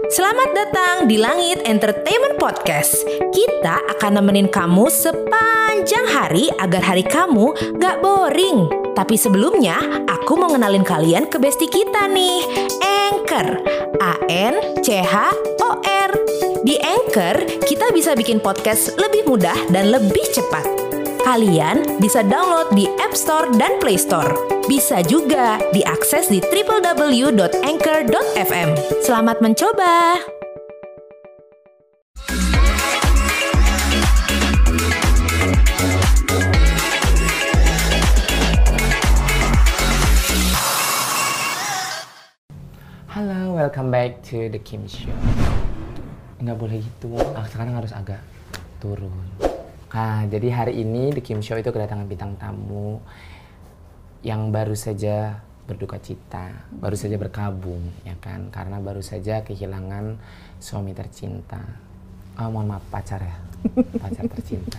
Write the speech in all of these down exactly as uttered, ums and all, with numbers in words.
Selamat datang di Langit Entertainment Podcast. Kita akan nemenin kamu sepanjang hari agar hari kamu gak boring. Tapi sebelumnya, aku mau ngenalin kalian ke bestie kita nih, Anchor. A N C H O R. Di Anchor, kita bisa bikin podcast lebih mudah dan lebih cepat. Kalian bisa download di App Store dan Play Store. Bisa juga diakses di w w w dot anchor dot f m. Selamat mencoba! Halo, welcome back to The Kim Show. Nggak boleh gitu, sekarang harus agak turun. Nah, jadi hari ini The Kim Show itu kedatangan bintang tamu yang baru saja berduka cita, baru saja berkabung, ya kan? Karena baru saja kehilangan suami tercinta. Oh, mohon maaf, pacar ya, pacar tercinta,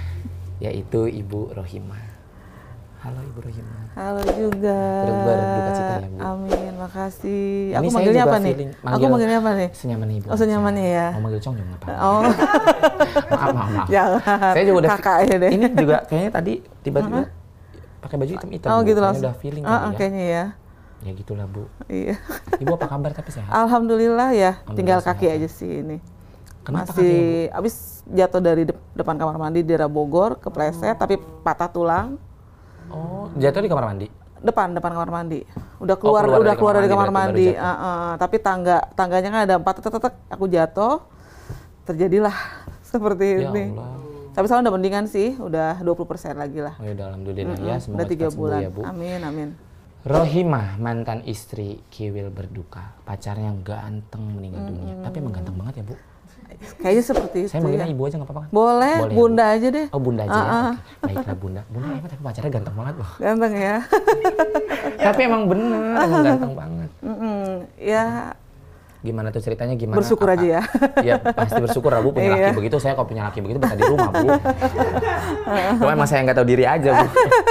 yaitu Ibu Rohimah. Halo Ibu Rohimah. Halo juga. Berduka cita ya Bu. Amin, makasih. Ini Aku manggilnya apa nih? Manggil, Aku manggilnya apa nih? Senyaman Ibu. Oh, senyamannya ya. Mau manggil Cong juga nggak apa-apa. Oh. maaf, maaf, maaf. Jangan. Saya juga udah kakak ya deh. Ini juga kayaknya tadi tiba-tiba uh-huh. pakai baju hitam-hitam. Oh, Bu. gitu Kayaknya langsung. udah feeling uh, kali ya. Kayaknya ya. Ya gitulah Bu. Iya. Ibu apa kabar tapi sehat? Alhamdulillah ya. Alhamdulillah Tinggal sehat. kaki aja sih ini. Kenapa Masih kakinya, abis jatuh dari de- depan kamar mandi di daerah Bogor, kepleset, oh. tapi patah tulang. Oh, jatuh di kamar mandi? Depan, depan kamar mandi. Udah keluar, oh, keluar udah dari keluar kamar dari kamar mandi. mandi. Uh, uh, tapi tangga, tangganya kan ada empat tetek-tetek. Aku jatuh, terjadilah seperti Ya ini. Allah. Tapi sekarang udah mendingan sih, udah dua puluh persen lagi lah. Oh ya udah alhamdulillah Mm-mm, ya, semoga udah tiga cepat bulan. sembuh ya Bu. Amin, amin. Rohimah, mantan istri Kiwil berduka. Pacarnya ganteng meninggal Mm-mm. dunia. Tapi emang ganteng banget ya Bu. Kayaknya seperti itu. Saya manggilnya ya. Ibu aja nggak apa-apa kan? Boleh, Boleh, Bunda Bu. aja deh. Oh Bunda aja uh-uh. ya? Oke. Baiklah Bunda. Bunda emang tapi pacarnya ganteng banget loh. Ganteng ya. Tapi emang bener, emang ganteng banget. Mm-mm. Ya. Gimana tuh ceritanya gimana? Bersyukur apa? aja ya. Ya pasti bersyukur lah Bu punya Iya. laki begitu. Saya kalau punya laki begitu bisa di rumah Bu. Cuma emang saya nggak tahu diri aja Bu.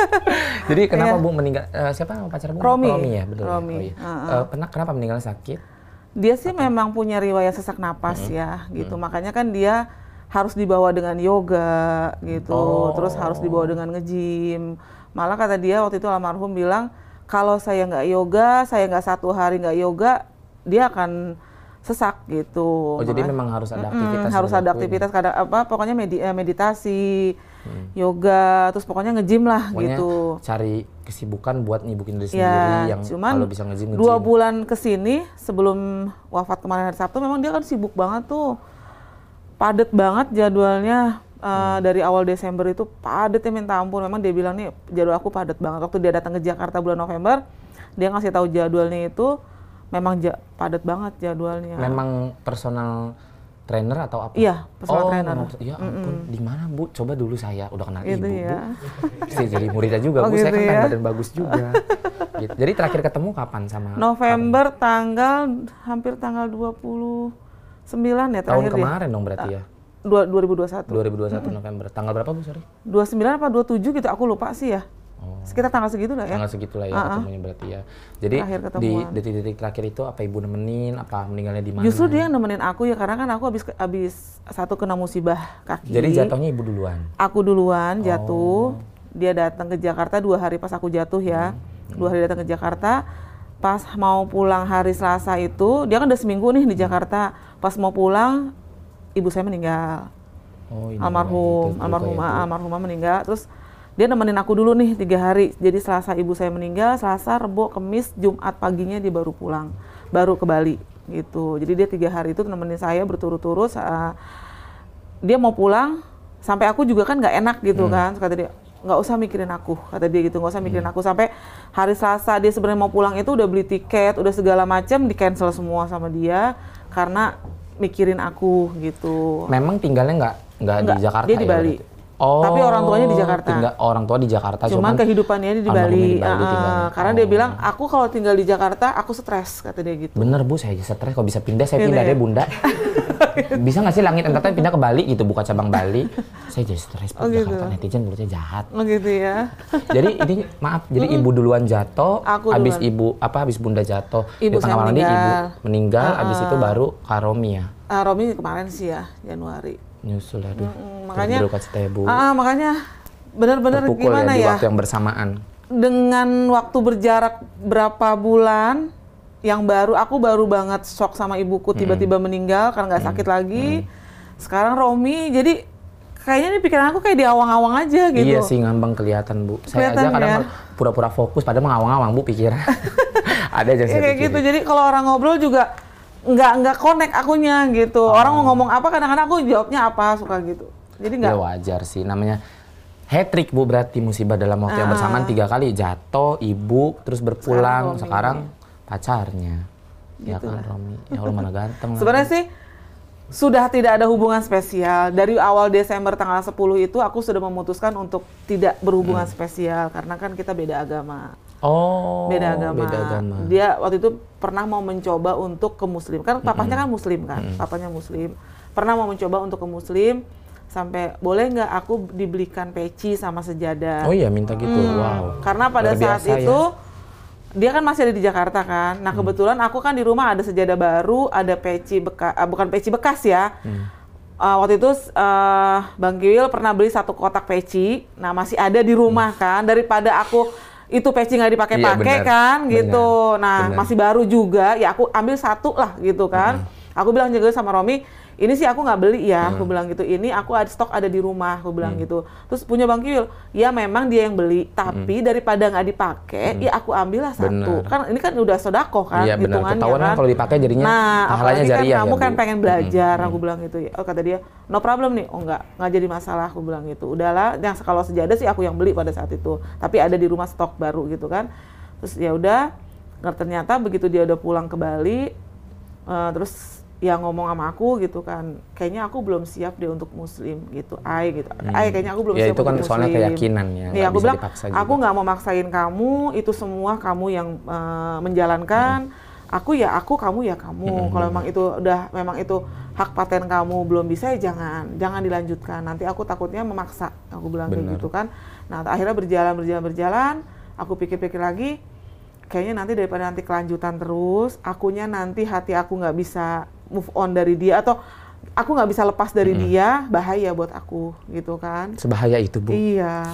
Jadi kenapa Iya. Bu meninggal? Uh, siapa nama pacar Bu? Romi. Romi ya betul. Romi. Oh, iya. Uh-uh. uh, pernah kenapa meninggal sakit? Dia sih memang punya riwayat sesak napas Hmm. ya, gitu. Hmm. Makanya kan dia harus dibawa dengan yoga gitu, Oh. terus harus dibawa dengan nge-gym. Malah kata dia waktu itu almarhum bilang, kalau saya nggak yoga, saya nggak satu hari nggak yoga, dia akan sesak gitu. Oh jadi Makanya- memang harus ada Mm-mm, aktivitas. harus yang ada dilakuin. aktivitas kadang apa pokoknya medi- eh, meditasi, Hmm. yoga, terus pokoknya nge-gym lah Pokoknya gitu. cari kesibukan buat nyibukin diri Ya, sendiri yang cuman kalau bisa nge-gym nge-gym. dua bulan kesini sebelum wafat kemarin hari Sabtu memang dia kan sibuk banget tuh, padet banget jadwalnya. Uh, Hmm. dari awal Desember itu padetnya minta ampun. Memang dia bilang nih jadwal aku padet banget. Waktu dia datang ke Jakarta bulan November, dia ngasih tahu jadwalnya itu memang ja- padet banget jadwalnya. Memang personal trainer atau apa? Iya, personal oh, trainer. memang- ya ampun, di mana Bu? Coba dulu saya udah kenal Gitu Ibu ya. Bu. Saya jadi muridnya juga Oh, Bu. Saya gitu kan ya. pengen badan bagus juga. Gitu. Jadi terakhir ketemu kapan sama? November tanggal hampir tanggal dua puluh sembilan ya Tahun terakhir dia. kemarin dong berarti ya. Dua- dua ribu dua puluh satu. dua ribu dua puluh satu November. Tanggal berapa Bu? Sorry. dua puluh sembilan apa dua puluh tujuh gitu, aku lupa sih ya. Oh. Sekitar tanggal segitu lah ya. Tanggal segitulah ya Uh-uh. ketemunya berarti ya. Jadi Terakhir di ketemuan. detik-detik terakhir itu apa Ibu nemenin? Apa meninggalnya di mana? Justru dia yang nemenin aku ya, karena kan aku habis habis satu kena musibah kaki. Jadi jatuhnya Ibu duluan. Aku duluan jatuh. Oh. Dia datang ke Jakarta dua hari pas aku jatuh ya. Hmm. Dua hari datang ke Jakarta. Pas mau pulang hari Selasa itu, dia kan udah seminggu nih di Jakarta. Pas mau pulang, ibu saya meninggal. Oh, ini Almarhum, itu, almarhumah, ya, Bu. almarhumah meninggal. Terus dia nemenin aku dulu nih tiga hari. Jadi Selasa ibu saya meninggal, Selasa, Rebo, Kemis, Jumat paginya dia baru pulang, baru ke Bali gitu. Jadi dia tiga hari itu nemenin saya berturut-turut. Uh, dia mau pulang, sampai aku juga kan nggak enak gitu Hmm. kan. Terus kata dia, nggak usah mikirin aku, kata dia gitu, nggak usah mikirin Hmm. aku. Sampai hari Selasa dia sebenarnya mau pulang itu udah beli tiket, udah segala macam, di cancel semua sama dia karena mikirin aku gitu. Memang tinggalnya nggak nggak di Nggak, Jakarta dia di ya, Bali. berarti? Oh, tapi orang tuanya di Jakarta. Tinggal orang tua di Jakarta. Cuman, cuman kehidupannya di Bali. Di Bali uh, karena oh. dia bilang, aku kalau tinggal di Jakarta, aku stres, kata dia gitu. Bener Bu, saya stres. Kalau bisa pindah, saya pindah deh Bunda. Bisa nggak sih Langit Entertain pindah ke Bali gitu, buka cabang Bali? Saya jadi stres, oh, gitu. Jakarta netizen mulutnya jahat. Oh gitu ya. Jadi ini maaf, jadi ibu duluan jatuh, aku habis duluan. ibu apa habis Bunda jatuh, ibu di tengah malam ibu meninggal, uh, habis itu baru Kak Romi ya. Uh, Romi kemarin sih ya, Januari. Nyusul aduh. Mm-mm, makanya Bu. Uh, makanya benar-benar gimana ya, di ya? waktu yang bersamaan. Dengan waktu berjarak berapa bulan yang baru, aku baru banget shock sama ibuku tiba-tiba mm-hmm. meninggal karena nggak sakit mm-hmm. lagi. Sekarang Romi, jadi kayaknya nih pikiran aku kayak di awang-awang aja gitu. Iya sih, ngambang kelihatan Bu. Saya kelihatan, aja kadang ya? pura-pura fokus, padahal mengawang-awang Bu pikiran. Ada aja saya kayak gitu. Jadi kalau orang ngobrol juga nggak nggak connect akunya gitu. Oh. Orang mau ngomong apa, kadang-kadang aku jawabnya apa, suka gitu. Jadi nggak. Ya wajar sih, namanya hat-trick Bu, berarti musibah dalam waktu yang ah. bersamaan tiga kali, jatuh, ibu, terus berpulang, sekarang, sekarang pacarnya. Gitu ya kan Romi, ya Allah mana ganteng. Sebenarnya sih sudah tidak ada hubungan spesial. Dari awal Desember tanggal sepuluh itu aku sudah memutuskan untuk tidak berhubungan hmm. spesial karena kan kita beda agama. Oh, beda agama. beda agama. Dia waktu itu pernah mau mencoba untuk ke Muslim. Kan papanya kan Muslim kan, hmm. papanya Muslim. Pernah mau mencoba untuk ke Muslim. Sampai boleh nggak aku dibelikan peci sama sejadah? Oh iya minta gitu, hmm. wow. Karena pada Luar saat itu ya? Dia kan masih ada di Jakarta kan. Nah hmm. kebetulan aku kan di rumah ada sejadah baru, ada peci bekas, uh, bukan peci bekas ya. Hmm. Uh, waktu itu uh, Bang Kiwil pernah beli satu kotak peci. Nah masih ada di rumah hmm. kan. Daripada aku itu peci nggak dipakai-pakai iya, kan, gitu. Bener. Nah bener. Masih baru juga, ya aku ambil satu lah gitu kan. Hmm. Aku bilang juga sama Romi, ini sih aku nggak beli ya, hmm. aku bilang gitu. Ini aku ada stok ada di rumah, aku bilang hmm. gitu. Terus punya Bang Kiwil, ya memang dia yang beli, tapi hmm. daripada nggak dipakai, hmm. ya aku ambillah satu. Bener. Kan ini kan udah sodako kan, iya, hitungannya kan. Kan kalau dipakai jadinya nah, pahalanya jariah. Kan kamu ya, kan pengen belajar, hmm. aku bilang gitu. Oh kata dia, no problem nih. Oh nggak, nggak jadi masalah, aku bilang gitu. Udahlah, yang kalau sejadah sih aku yang beli pada saat itu. Tapi ada di rumah stok baru gitu kan. Terus ya udah, ternyata begitu dia udah pulang ke Bali, uh, terus yang ngomong sama aku gitu kan, kayaknya aku belum siap deh untuk Muslim gitu, ay gitu, hmm. ay kayaknya aku belum ya, siap itu kan untuk soalnya Muslim. keyakinan ya. Nih aku bilang, aku nggak mau maksain kamu, itu semua kamu yang uh, menjalankan. Hmm. Aku ya aku, kamu ya kamu. Hmm. Kalau memang itu udah, memang itu hak paten kamu belum bisa ya jangan, jangan dilanjutkan. Nanti aku takutnya memaksa, aku bilang kayak gitu kan. Nah akhirnya berjalan berjalan berjalan, aku pikir-pikir lagi. Kayaknya nanti daripada nanti kelanjutan terus, akunya nanti hati aku nggak bisa move on dari dia atau aku nggak bisa lepas dari mm-hmm. dia, bahaya buat aku gitu kan. Sebahaya itu Bu. Iya.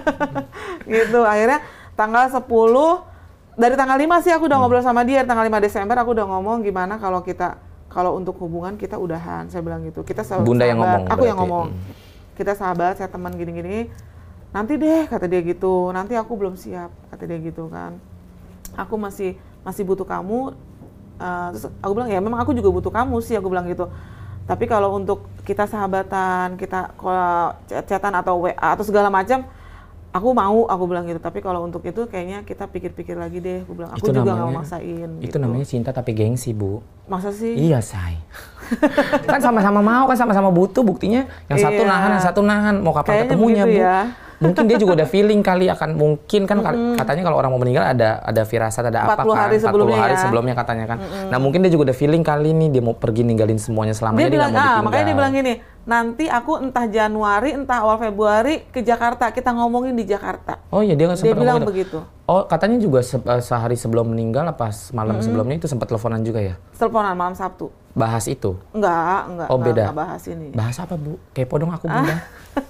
Gitu akhirnya tanggal sepuluh, dari tanggal lima sih aku udah mm. ngobrol sama dia, tanggal lima Desember aku udah ngomong gimana kalau kita, kalau untuk hubungan kita udahan, saya bilang gitu. Kita sahabat, Bunda yang ngomong. Aku berarti. yang ngomong. Mm. Kita sahabat, saya teman gini-gini. Nanti deh kata dia gitu, nanti aku belum siap kata dia gitu kan. Aku masih masih butuh kamu. Uh, terus aku bilang ya memang aku juga butuh kamu sih, aku bilang gitu. Tapi kalau untuk kita sahabatan, kita kalau chatan atau W A atau segala macam, aku mau, aku bilang gitu. Tapi kalau untuk itu kayaknya kita pikir-pikir lagi deh, aku bilang. Aku itu juga nggak mau maksain. Itu gitu. Namanya cinta tapi gengsi Bu. Masa sih? Iya say. Kan sama-sama mau, kan sama-sama butuh. Buktinya yang satu iya. nahan, yang satu nahan. Mau kapan kayaknya ketemunya Bu? Ya. Mungkin dia juga udah feeling kali akan mungkin kan mm-hmm. katanya kalau orang mau meninggal ada ada firasat ada apa kan hari empat puluh hari ya. sebelumnya katanya kan. Mm-hmm. Nah mungkin dia juga udah feeling kali nih dia mau pergi ninggalin semuanya selamanya, dia, dia bilang, gak mau ditinggal. Ah, makanya dia bilang gini, nanti aku entah Januari entah awal Februari ke Jakarta, kita ngomongin di Jakarta. Oh iya dia nggak sempat dia bilang gitu. begitu. Oh katanya juga se- sehari sebelum meninggal apa malam mm-hmm. sebelumnya itu sempat teleponan juga ya? Teleponan malam Sabtu. Bahas itu? Enggak, enggak. Oh beda. Enggak bahas ini. Bahas apa Bu? Kepo dong aku Bunda.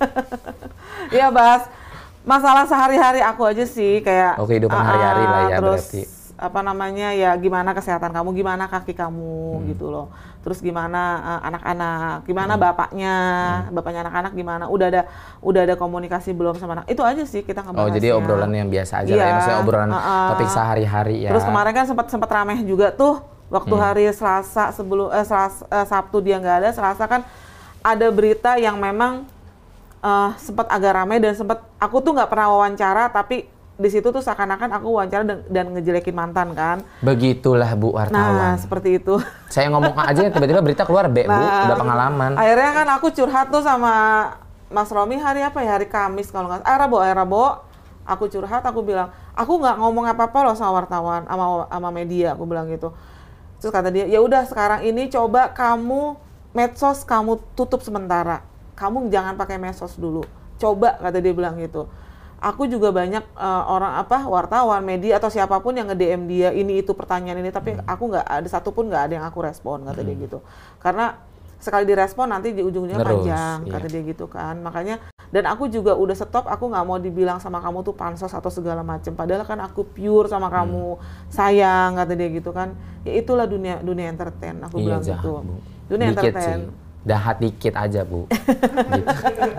Iya bahas masalah sehari-hari aku aja sih kayak oh, kehidupan uh, hari-hari lah ya terus, berarti. Apa namanya ya gimana kesehatan kamu, gimana kaki kamu hmm. gitu loh. Terus gimana uh, anak-anak, gimana hmm. bapaknya, hmm. bapaknya anak-anak gimana. Udah ada udah ada komunikasi belum sama anak. Itu aja sih kita ngebahasnya. Oh, jadi obrolan yang biasa aja iya, lah ya, maksudnya obrolan uh, uh, topik sehari-hari ya. Terus kemarin kan sempat sempat ramai juga tuh waktu hmm. hari Selasa sebelum eh, Selasa, eh, Sabtu dia nggak ada, Selasa kan ada berita yang memang Uh, sempat agak ramai dan sempat aku tuh nggak pernah wawancara tapi di situ tuh seakan-akan aku wawancara dan, dan ngejelekin mantan kan. Begitulah Bu wartawan. Nah seperti itu. Saya ngomong aja tiba-tiba berita keluar B nah, Bu, udah pengalaman. Akhirnya kan aku curhat tuh sama Mas Romi hari apa ya? Hari Kamis kalau nggak. Ah, Rabu, eh, Rabu. Aku curhat, aku bilang, aku nggak ngomong apa-apa loh sama wartawan, sama sama media, aku bilang gitu. Terus kata dia, ya udah sekarang ini coba kamu medsos kamu tutup sementara. Kamu jangan pakai medsos dulu. Coba, kata dia bilang gitu. Aku juga banyak uh, orang apa wartawan, media atau siapapun yang nge-D M dia ini itu pertanyaan ini, tapi hmm. aku nggak ada satupun nggak ada yang aku respon, kata hmm. dia gitu. Karena sekali direspon nanti di ujung-ujungnya panjang, iya. kata dia gitu kan. Makanya dan aku juga udah stop, aku nggak mau dibilang sama kamu tuh pansos atau segala macam. Padahal kan aku pure sama kamu, hmm. sayang, kata dia gitu kan. Ya itulah dunia dunia entertain, aku iya, bilang jahat, gitu. Bu. Dunia dikit entertain. Sih. Dahat dikit aja, Bu. Gitu.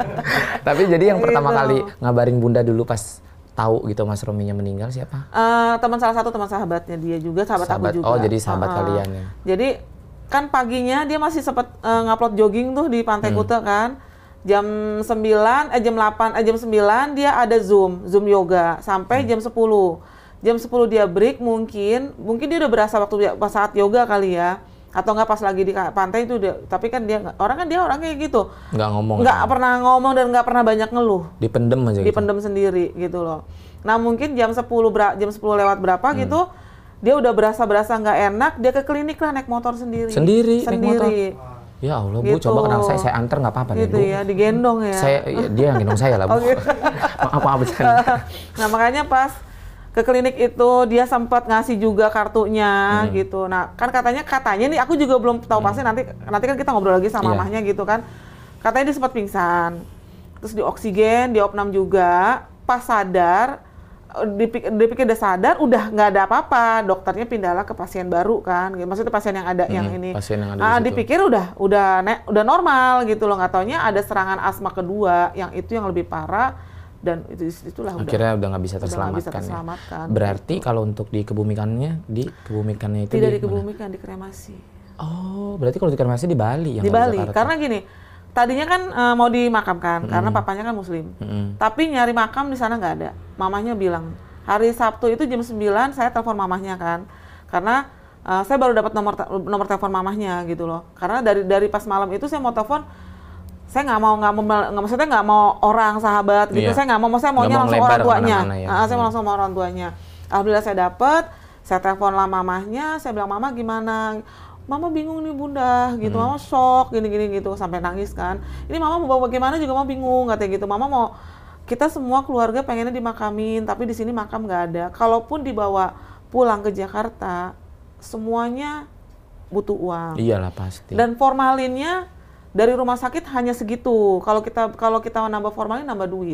Tapi jadi yang pertama gitu. Kali ngabarin Bunda dulu pas tahu gitu Mas Rominya meninggal siapa? Uh, teman salah satu teman sahabatnya dia juga, sahabat, sahabat aku juga. Oh, jadi sahabat uh, kalian ya. Jadi kan paginya dia masih sempat uh, ngupload jogging tuh di Pantai hmm. Kuta kan. Jam sembilan, eh jam delapan, eh jam sembilan dia ada Zoom, Zoom yoga sampai hmm. jam sepuluh. Jam sepuluh dia break mungkin, mungkin dia udah berasa waktu dia, pas saat yoga kali ya. Atau enggak pas lagi di pantai itu dia, tapi kan dia orang kan dia orang kayak gitu. Enggak ngomong. Enggak ya. pernah ngomong dan enggak pernah banyak ngeluh. Dipendem aja Dipendem gitu. sendiri gitu loh. Nah, mungkin jam sepuluh jam sepuluh lewat berapa hmm. gitu dia udah berasa-berasa nggak enak, dia ke klinik lah naik motor sendiri. Sendiri, sendiri. naik motor. Ya Allah, gitu. Bu, coba kenal saya, saya antar nggak apa-apa gitu nih, Bu. Ya, digendong ya. Saya, ya, dia yang gendong saya lah, Bu. Oh, gitu. Maaf, maaf, bercanda. Nah, makanya pas ke klinik itu dia sempat ngasih juga kartunya hmm. gitu. Nah, kan katanya katanya nih aku juga belum tahu hmm. pasti nanti nanti kan kita ngobrol lagi sama yeah. mamahnya gitu kan. Katanya dia sempat pingsan. Terus di oksigen, di opnam juga, pas sadar dipikir, dipikir udah sadar, udah nggak ada apa-apa, dokternya pindahlah ke pasien baru kan, maksudnya pasien yang ada hmm, yang ini, pasien yang ada ah, di dipikir udah udah ne, udah normal gitu loh, nggak taunya ada serangan asma kedua, yang itu yang lebih parah dan itu itulah akhirnya udah nggak bisa udah terselamatkan, bisa terselamatkan ya. Berarti gitu. Kalau untuk dikebumikannya, di kebumikannya itu tidak di dikebumikan, dikremasi. Oh, berarti kalau dikremasi di Bali yang di Bali, karena gini. Tadinya kan uh, mau dimakamkan mm. karena papanya kan muslim. Mm. Tapi nyari makam di sana nggak ada. Mamahnya bilang, hari Sabtu itu jam sembilan saya telepon mamahnya kan. Karena uh, saya baru dapat nomor nomor telepon mamahnya gitu loh. Karena dari dari pas malam itu saya mau telepon, saya nggak mau nggak mau nggak maksudnya nggak mau orang sahabat gitu. Yeah. Saya nggak mau, saya maunya mau langsung orang tuanya. Ya. Uh, saya mau langsung sama orang tuanya. Alhamdulillah saya dapat. Saya telepon lah mamahnya. Saya bilang, mama gimana? Mama bingung nih Bunda, gitu, hmm. Mama shock, gini-gini gitu, sampai nangis kan. Ini Mama mau bawa bagaimana juga Mama bingung, katanya gitu. Mama mau, kita semua keluarga pengennya dimakamin, tapi di sini makam nggak ada. Kalaupun dibawa pulang ke Jakarta, semuanya butuh uang. Iyalah pasti. Dan formalinnya dari rumah sakit hanya segitu. Kalau kita kalau kita nambah formalin, nambah duit,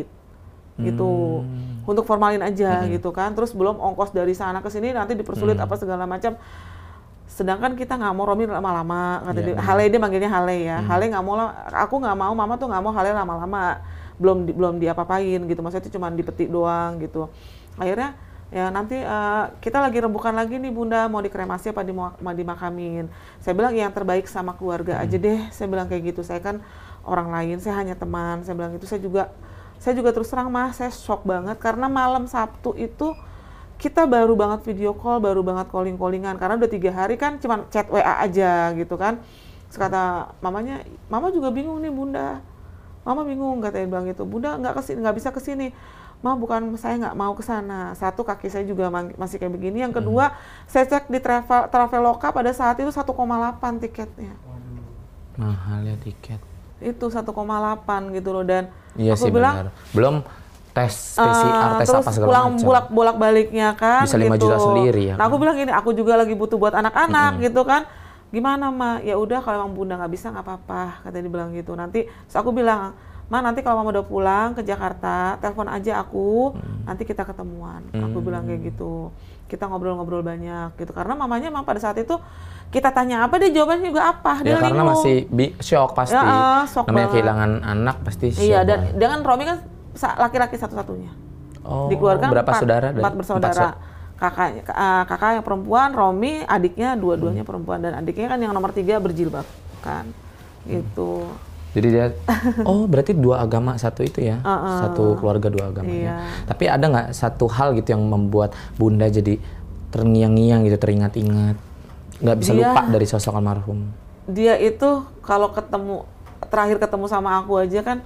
gitu. Hmm. Untuk formalin aja, hmm. gitu kan. Terus belum ongkos dari sana ke sini, nanti dipersulit hmm. apa segala macam. Sedangkan kita nggak mau Romi lama-lama, kata yeah, dia. Hale dia manggilnya Hale ya. Hmm. Hale nggak mau lah, aku nggak mau, mama tuh nggak mau Hale lama-lama. Belum di, belum diapa-apain gitu, maksudnya cuma dipetik doang gitu. Akhirnya ya nanti uh, kita lagi rembukan lagi nih Bunda, mau dikremasi apa di, mau dimakamin. Saya bilang yang terbaik sama keluarga hmm. aja deh, saya bilang kayak gitu. Saya kan orang lain, saya hanya teman, saya bilang gitu. Saya juga, saya juga terus terang mah, saya shock banget karena malam Sabtu itu kita baru banget video call, baru banget calling-callingan karena udah tiga hari kan cuma chat W A aja gitu kan. Terus kata mamanya, mama juga bingung nih Bunda, mama bingung katanya bilang gitu. Bunda nggak kesini, nggak bisa kesini. Ma bukan saya nggak mau kesana. Satu kaki saya juga masih kayak begini. Yang kedua hmm. saya cek di travel Traveloka pada saat itu satu koma delapan tiketnya. Mahal ya tiket. Itu satu koma delapan gitu loh dan iya aku sih, bilang. Benar. Belum tes P C R, uh, tes apa segala pulang macam. Bolak bolak baliknya kan. Bisa lima gitu. juta sendiri ya. Nah aku bilang gini, aku juga lagi butuh buat anak-anak mm-hmm. gitu kan. Gimana Ma? Ya udah kalau emang Bunda nggak bisa nggak apa-apa, katanya dibilang gitu. Nanti, terus aku bilang, Ma nanti kalau Mama udah pulang ke Jakarta, telepon aja aku, mm. nanti kita ketemuan. Mm. Aku bilang kayak gitu. Kita ngobrol-ngobrol banyak gitu. Karena mamanya emang pada saat itu kita tanya apa dia jawabannya juga apa. Dia ya karena linglung. Masih bi- shock pasti. Ya, uh, shock namanya banget. Kehilangan anak pasti shock. Iya dan dengan Romi kan laki-laki satu-satunya. Oh, di keluarga berapa empat, saudara? Empat bersaudara. Kakak, uh, kakak yang perempuan, Romi, adiknya dua-duanya hmm. perempuan dan adiknya kan yang nomor tiga berjilbab kan, hmm. gitu. Jadi dia, oh berarti dua agama satu itu ya, uh-uh. satu keluarga dua agama. Iya. Ya. Tapi ada nggak satu hal gitu yang membuat Bunda jadi terngiang-ngiang gitu, teringat-ingat, nggak bisa dia, lupa dari sosok almarhum? Dia itu kalau ketemu, terakhir ketemu sama aku aja kan,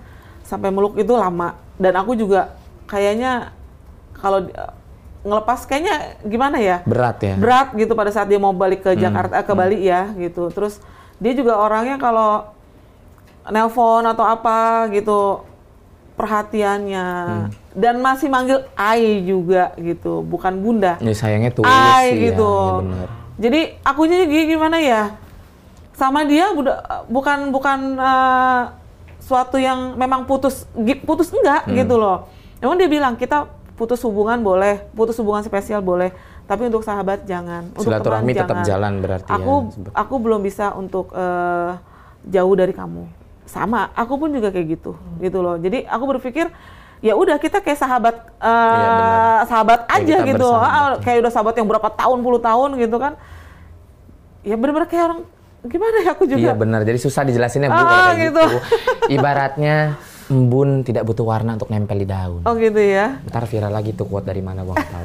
sampai meluk itu lama. Dan aku juga kayaknya kalau ngelepas kayaknya gimana ya? Berat ya? Berat gitu pada saat dia mau balik ke Jakarta, hmm. ke Bali ya gitu. Terus dia juga orangnya kalau nelpon atau apa gitu perhatiannya hmm. dan masih manggil Ai juga gitu, bukan Bunda. Ya sayangnya tulus Ai sih gitu. Ya, ya bener. Jadi akunya gimana ya? Sama dia bukan bukan uh, suatu yang memang putus putus enggak hmm. gitu loh. Emang dia bilang kita putus hubungan boleh, putus hubungan spesial boleh, tapi untuk sahabat jangan. Untuk silaturahmi tetap jangan. jalan berarti aku, ya. Aku belum bisa untuk uh, jauh dari kamu. Sama, aku pun juga kayak gitu, hmm. gitu loh. Jadi aku berpikir ya udah kita kayak sahabat, uh, ya, sahabat kayak aja gitu. Ah, kayak udah sahabat yang berapa tahun, puluh tahun gitu kan. Ya benar-benar kayak orang gimana ya aku juga. Iya benar, jadi susah dijelasinnya Bu ah, kalau kayak gitu. gitu. Ibaratnya embun tidak butuh warna untuk nempel di daun. Oh gitu ya. Ntar viral lagi tuh quote dari mana gua nggak tahu.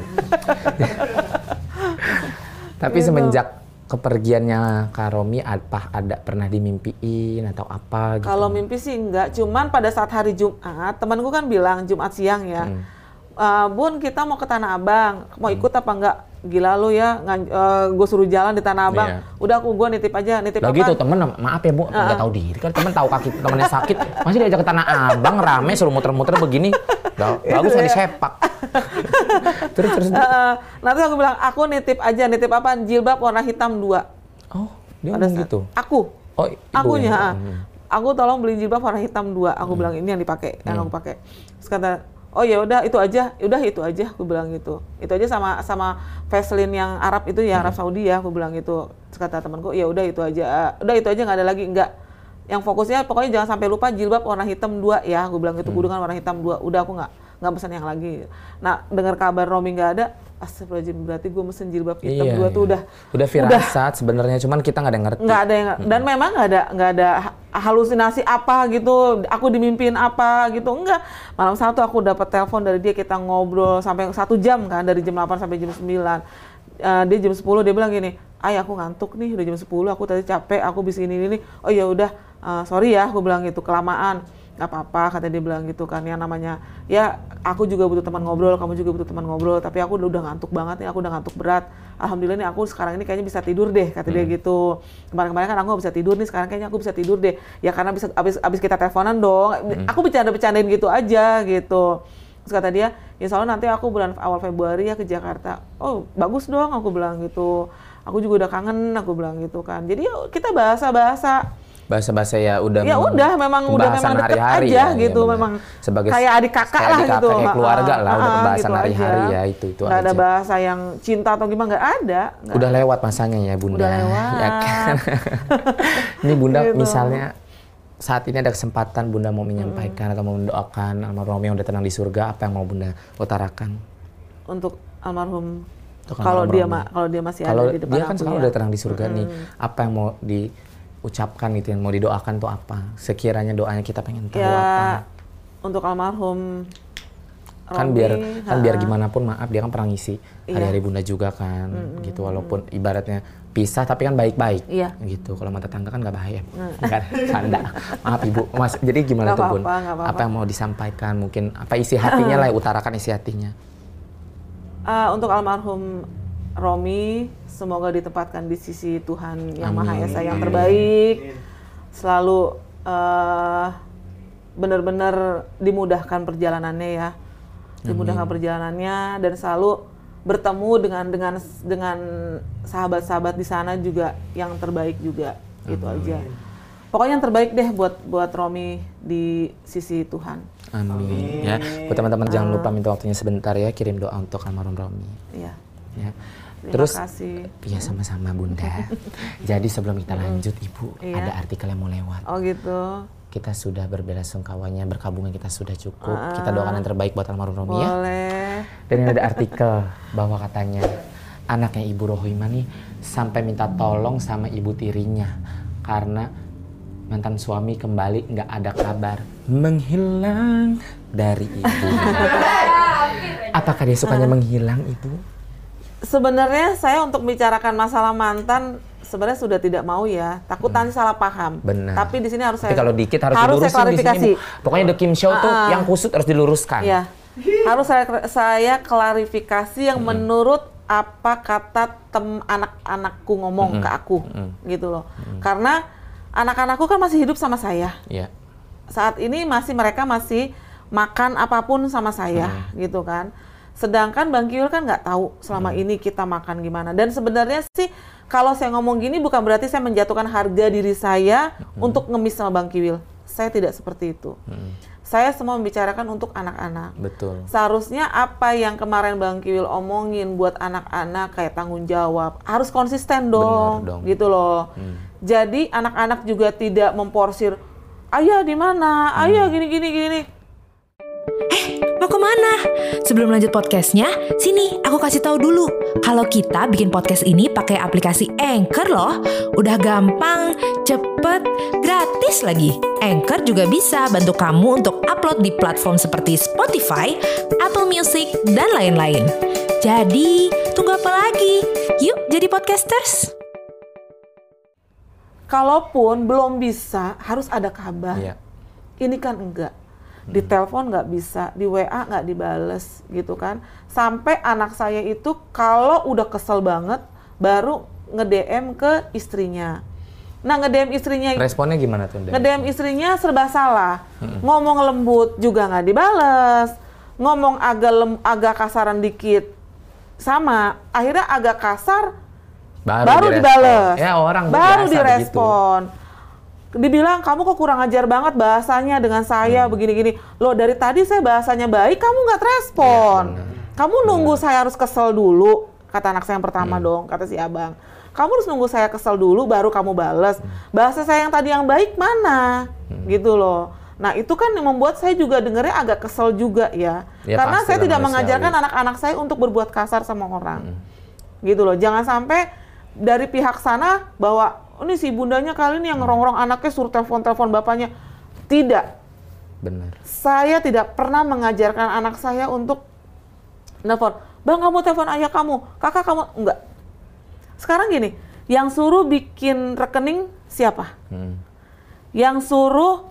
Tapi gitu. Semenjak kepergiannya Kak Romi, apa ada pernah dimimpiin atau apa gitu? Kalau mimpi sih enggak, cuman pada saat hari Jumat, temanku kan bilang Jumat siang ya, hmm. uh, Bun kita mau ke Tanah Abang, mau ikut hmm. apa enggak? Gila lu ya, uh, gue suruh jalan di Tanah Abang. Iya. Udah aku gue nitip aja, nitip apa? Gitu temen, maaf ya Bu, nggak uh. tahu diri kan temen tahu kaki temennya sakit, masih diajak ke Tanah Abang rame suruh muter-muter begini, bagus nggak disepak. terus terus. Uh, nanti aku bilang aku nitip aja, nitip apa? Jilbab warna hitam dua. Oh, dia ngomong gitu. Aku. Oh, akunya. Ya. Hmm. Aku tolong beli jilbab warna hitam dua. Aku hmm. bilang ini yang dipakai, yang hmm. aku pakai. Terus kata oh ya udah itu aja, udah itu aja, aku bilang gitu. Itu aja sama sama Vaseline yang Arab itu ya, Arab Saudi ya, aku bilang gitu. Terus kata temanku, ya udah itu aja, udah itu aja nggak ada lagi, enggak. Yang fokusnya pokoknya jangan sampai lupa jilbab warna hitam dua ya, aku bilang gitu, gudungan warna hitam dua. Udah aku nggak nggak pesan yang lagi. Nah dengar kabar Romi nggak ada, astagfirullahaladzim, berarti gue mesen jilbab hitam iya, dua iya. tuh udah udah firasat sebenarnya, cuman kita nggak ada yang ngerti. Nggak ada yang dan hmm. memang nggak ada nggak ada halusinasi apa gitu, aku dimimpiin apa gitu, enggak. Malam satu aku dapat telepon dari dia, kita ngobrol sampai satu jam kan, dari jam delapan sampai jam sembilan. Uh, dia jam sepuluh dia bilang gini, ay aku ngantuk nih, udah jam sepuluh, aku tadi capek, aku bisa ini ini. Oh ya udah, uh, sorry ya, aku bilang gitu, kelamaan. Nggak apa-apa, kata dia bilang gitu kan, yang namanya ya aku juga butuh teman ngobrol, kamu juga butuh teman ngobrol, tapi aku udah, udah ngantuk banget nih, aku udah ngantuk berat. Alhamdulillah nih aku sekarang ini kayaknya bisa tidur deh, kata hmm. dia gitu. Kemarin-kemarin kan aku nggak bisa tidur nih, sekarang kayaknya aku bisa tidur deh. Ya karena bisa abis, abis kita teleponan dong, hmm. aku bercanda-bercandain gitu aja gitu. Terus kata dia, insya Allah nanti aku bulan awal Februari ya ke Jakarta. Oh bagus dong, aku bilang gitu. Aku juga udah kangen, aku bilang gitu kan. Jadi yuk kita bahasa-bahasa. Bahasa-bahasa ya udah ya udah memang udah memang deket hari-hari aja ya, gitu, ya memang sebagai kayak adik kakak lah adik gitu, kayak keluarga lah, udah pembahasan gitu hari-hari aja. ya itu itu nggak aja. Ada bahasa yang cinta atau gimana, nggak ada. Nggak udah ada. Lewat masanya ya Bunda. Udah lewat. Ya kan? Ini Bunda gitu. Misalnya saat ini ada kesempatan Bunda mau menyampaikan hmm. atau mau mendoakan almarhum yang udah tenang di surga, apa yang mau Bunda utarakan? Untuk almarhum, kalau dia ma kalau dia masih kalo ada di depan dia kan aku sekarang ya. udah tenang di surga hmm. nih, apa yang mau di ucapkan itu, yang mau didoakan tuh apa? Sekiranya doanya kita pengen tahu ya, apa? Untuk almarhum kan Romi, biar kan ha. biar gimana pun maaf dia kan pernah ngisi hari-hari iya. Bunda juga kan, mm-hmm. gitu walaupun ibaratnya pisah tapi kan baik-baik, iya. gitu. Kalau mata tangga kan nggak bahaya, nggak canda. Maaf Ibu, Mas. Jadi gimana gak tuh Bun? Apa, apa, apa yang mau disampaikan? Mungkin apa isi hatinya lah, utarakan isi hatinya. Uh, untuk almarhum Romi, semoga ditempatkan di sisi Tuhan Yang Maha Esa yang terbaik, selalu uh, benar-benar dimudahkan perjalanannya ya, dimudahkan Amin. perjalanannya dan selalu bertemu dengan dengan dengan sahabat-sahabat di sana juga yang terbaik juga, Amin. Itu aja. Pokoknya yang terbaik deh buat buat Romi di sisi Tuhan. Amin. Amin. Ya, buat teman-teman uh, jangan lupa minta waktunya sebentar ya, kirim doa untuk almarhum Romi. Iya. Ya. Terima Terus, kasih. Iya sama-sama Bunda. Jadi sebelum kita lanjut Ibu, iya. ada artikel yang mau lewat. Oh gitu. Kita sudah berbelasungkawanya, berkabungnya kita sudah cukup. Uh, kita doakan yang terbaik buat almarhum Romi ya. Boleh. Dan ini ada artikel bahwa katanya anaknya Ibu Rohimah nih sampai minta tolong sama ibu tirinya karena mantan suami kembali nggak ada kabar, menghilang dari ibu. Apakah dia sukanya uh. menghilang Ibu? Sebenarnya saya untuk bicarakan masalah mantan sebenarnya sudah tidak mau ya, takut nanti hmm. salah paham. Benar. Tapi di sini harus Tapi saya kalau dikit harus, harus dilurusin saya klarifikasi. Di sini, pokoknya The Kim Show uh, tuh yang kusut harus diluruskan. Iya. Harus saya, saya klarifikasi yang hmm. menurut apa kata tem anak-anakku ngomong hmm. ke aku, hmm. gitu loh. Hmm. Karena anak-anakku kan masih hidup sama saya. Iya. Saat ini masih mereka masih makan apapun sama saya, hmm. gitu kan. Sedangkan Bang Kiwil kan nggak tahu selama hmm. ini kita makan gimana. Dan sebenarnya sih kalau saya ngomong gini bukan berarti saya menjatuhkan harga diri saya hmm. untuk ngemis sama Bang Kiwil. Saya tidak seperti itu. Hmm. Saya semua membicarakan untuk anak-anak. Betul. Seharusnya apa yang kemarin Bang Kiwil omongin buat anak-anak kayak tanggung jawab harus konsisten dong, dong. gitu loh. Hmm. Jadi anak-anak juga tidak memporsir, ayah di mana, hmm. ayah gini-gini gini. Eh, mau kemana? Sebelum lanjut podcastnya, sini aku kasih tahu dulu. Kalau kita bikin podcast ini pakai aplikasi Anchor loh. Udah gampang, cepet, gratis lagi. Anchor juga bisa bantu kamu untuk upload di platform seperti Spotify, Apple Music, dan lain-lain. Jadi, tunggu apa lagi? Yuk jadi podcasters. Kalaupun belum bisa, harus ada kabar. Iya. Ini kan enggak. Di telepon nggak bisa, di W A nggak dibales gitu kan. Sampai anak saya itu kalau udah kesel banget baru nge-D M ke istrinya. Nah nge-D M istrinya, responnya gimana tuh? Nge-D M istrinya serba salah. Hmm. Ngomong lembut juga nggak dibales, ngomong agak lem, agak kasaran dikit sama, akhirnya agak kasar baru, baru dibales. Ya orang baru direspon. Begitu. Dibilang kamu kok kurang ajar banget bahasanya dengan saya hmm. begini-gini. Loh dari tadi saya bahasanya baik, kamu nggak respon. Ya, kamu nunggu ya. Saya harus kesel dulu, kata anak saya yang pertama hmm. dong, kata si abang. Kamu harus nunggu saya kesel dulu, baru kamu bales. Hmm. Bahasa saya yang tadi yang baik mana? Hmm. Gitu loh. Nah itu kan yang membuat saya juga dengarnya agak kesel juga ya. ya Karena saya tidak mengajarkan anak-anak saya untuk berbuat kasar sama orang. Hmm. Gitu loh. Jangan sampai dari pihak sana bahwa oh, ini si bundanya kali ini yang ngerongrong anaknya suruh telepon-telepon bapaknya. Tidak. Benar. Saya tidak pernah mengajarkan anak saya untuk nelfon. Bang kamu telepon ayah kamu, kakak kamu. Enggak. Sekarang gini, yang suruh bikin rekening siapa? Hmm. Yang suruh